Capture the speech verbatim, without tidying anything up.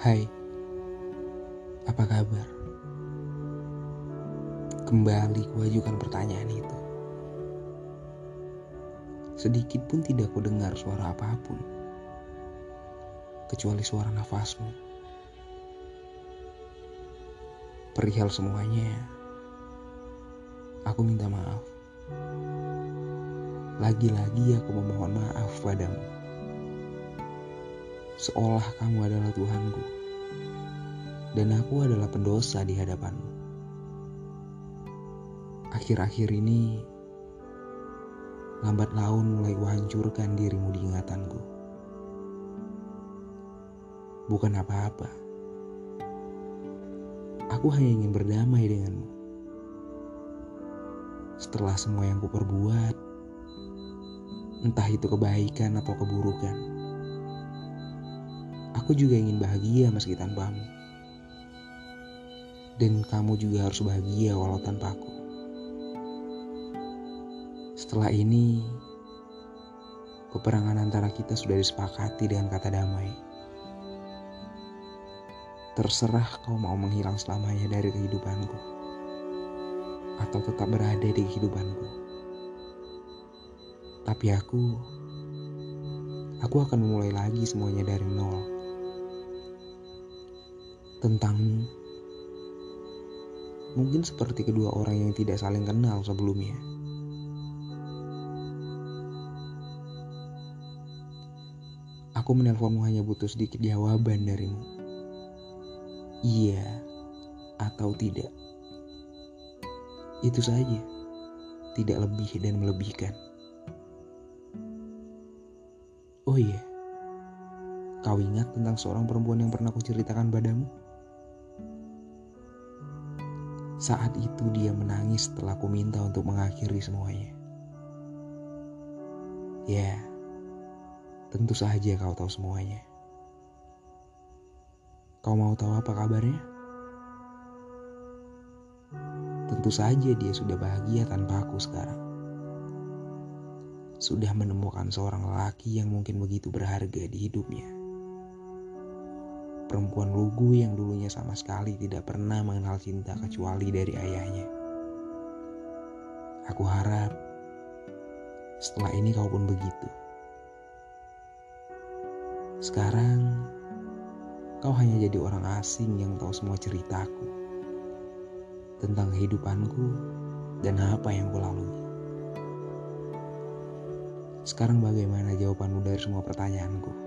Hai, apa kabar? Kembali kuajukan pertanyaan itu. Sedikit pun tidak kudengar suara apapun, kecuali suara nafasmu. Perihal semuanya, aku minta maaf. Lagi-lagi aku memohon maaf padamu. Seolah kamu adalah Tuhanku, dan aku adalah pendosa di hadapanmu. Akhir-akhir ini, lambat laun mulai kuhancurkan dirimu di ingatanku. Bukan apa-apa. Aku hanya ingin berdamai denganmu. Setelah semua yang kuperbuat, entah itu kebaikan atau keburukan, aku juga ingin bahagia meski tanpamu. Dan kamu juga harus bahagia walau tanpaku. Setelah ini, peperangan antara kita sudah disepakati dengan kata damai. Terserah kau mau menghilang selamanya dari kehidupanku, atau tetap berada di kehidupanku. Tapi aku, aku akan memulai lagi semuanya dari nol. Tentangmu, mungkin seperti kedua orang yang tidak saling kenal sebelumnya. Aku menelponmu hanya butuh sedikit jawaban darimu. Iya atau tidak. Itu saja. Tidak lebih dan melebihkan. Oh iya. Kau ingat tentang seorang perempuan yang pernah kuceritakan padamu? Saat itu dia menangis setelah ku minta untuk mengakhiri semuanya. Ya, tentu saja kau tahu semuanya. Kau mau tahu apa kabarnya? Tentu saja dia sudah bahagia tanpa aku sekarang. Sudah menemukan seorang lelaki yang mungkin begitu berharga di hidupnya. Perempuan lugu yang dulunya sama sekali tidak pernah mengenal cinta kecuali dari ayahnya. Aku harap setelah ini kau pun begitu. Sekarang kau hanya jadi orang asing yang tahu semua ceritaku tentang kehidupanku dan apa yang kulalui. Sekarang bagaimana jawabanmu dari semua pertanyaanku?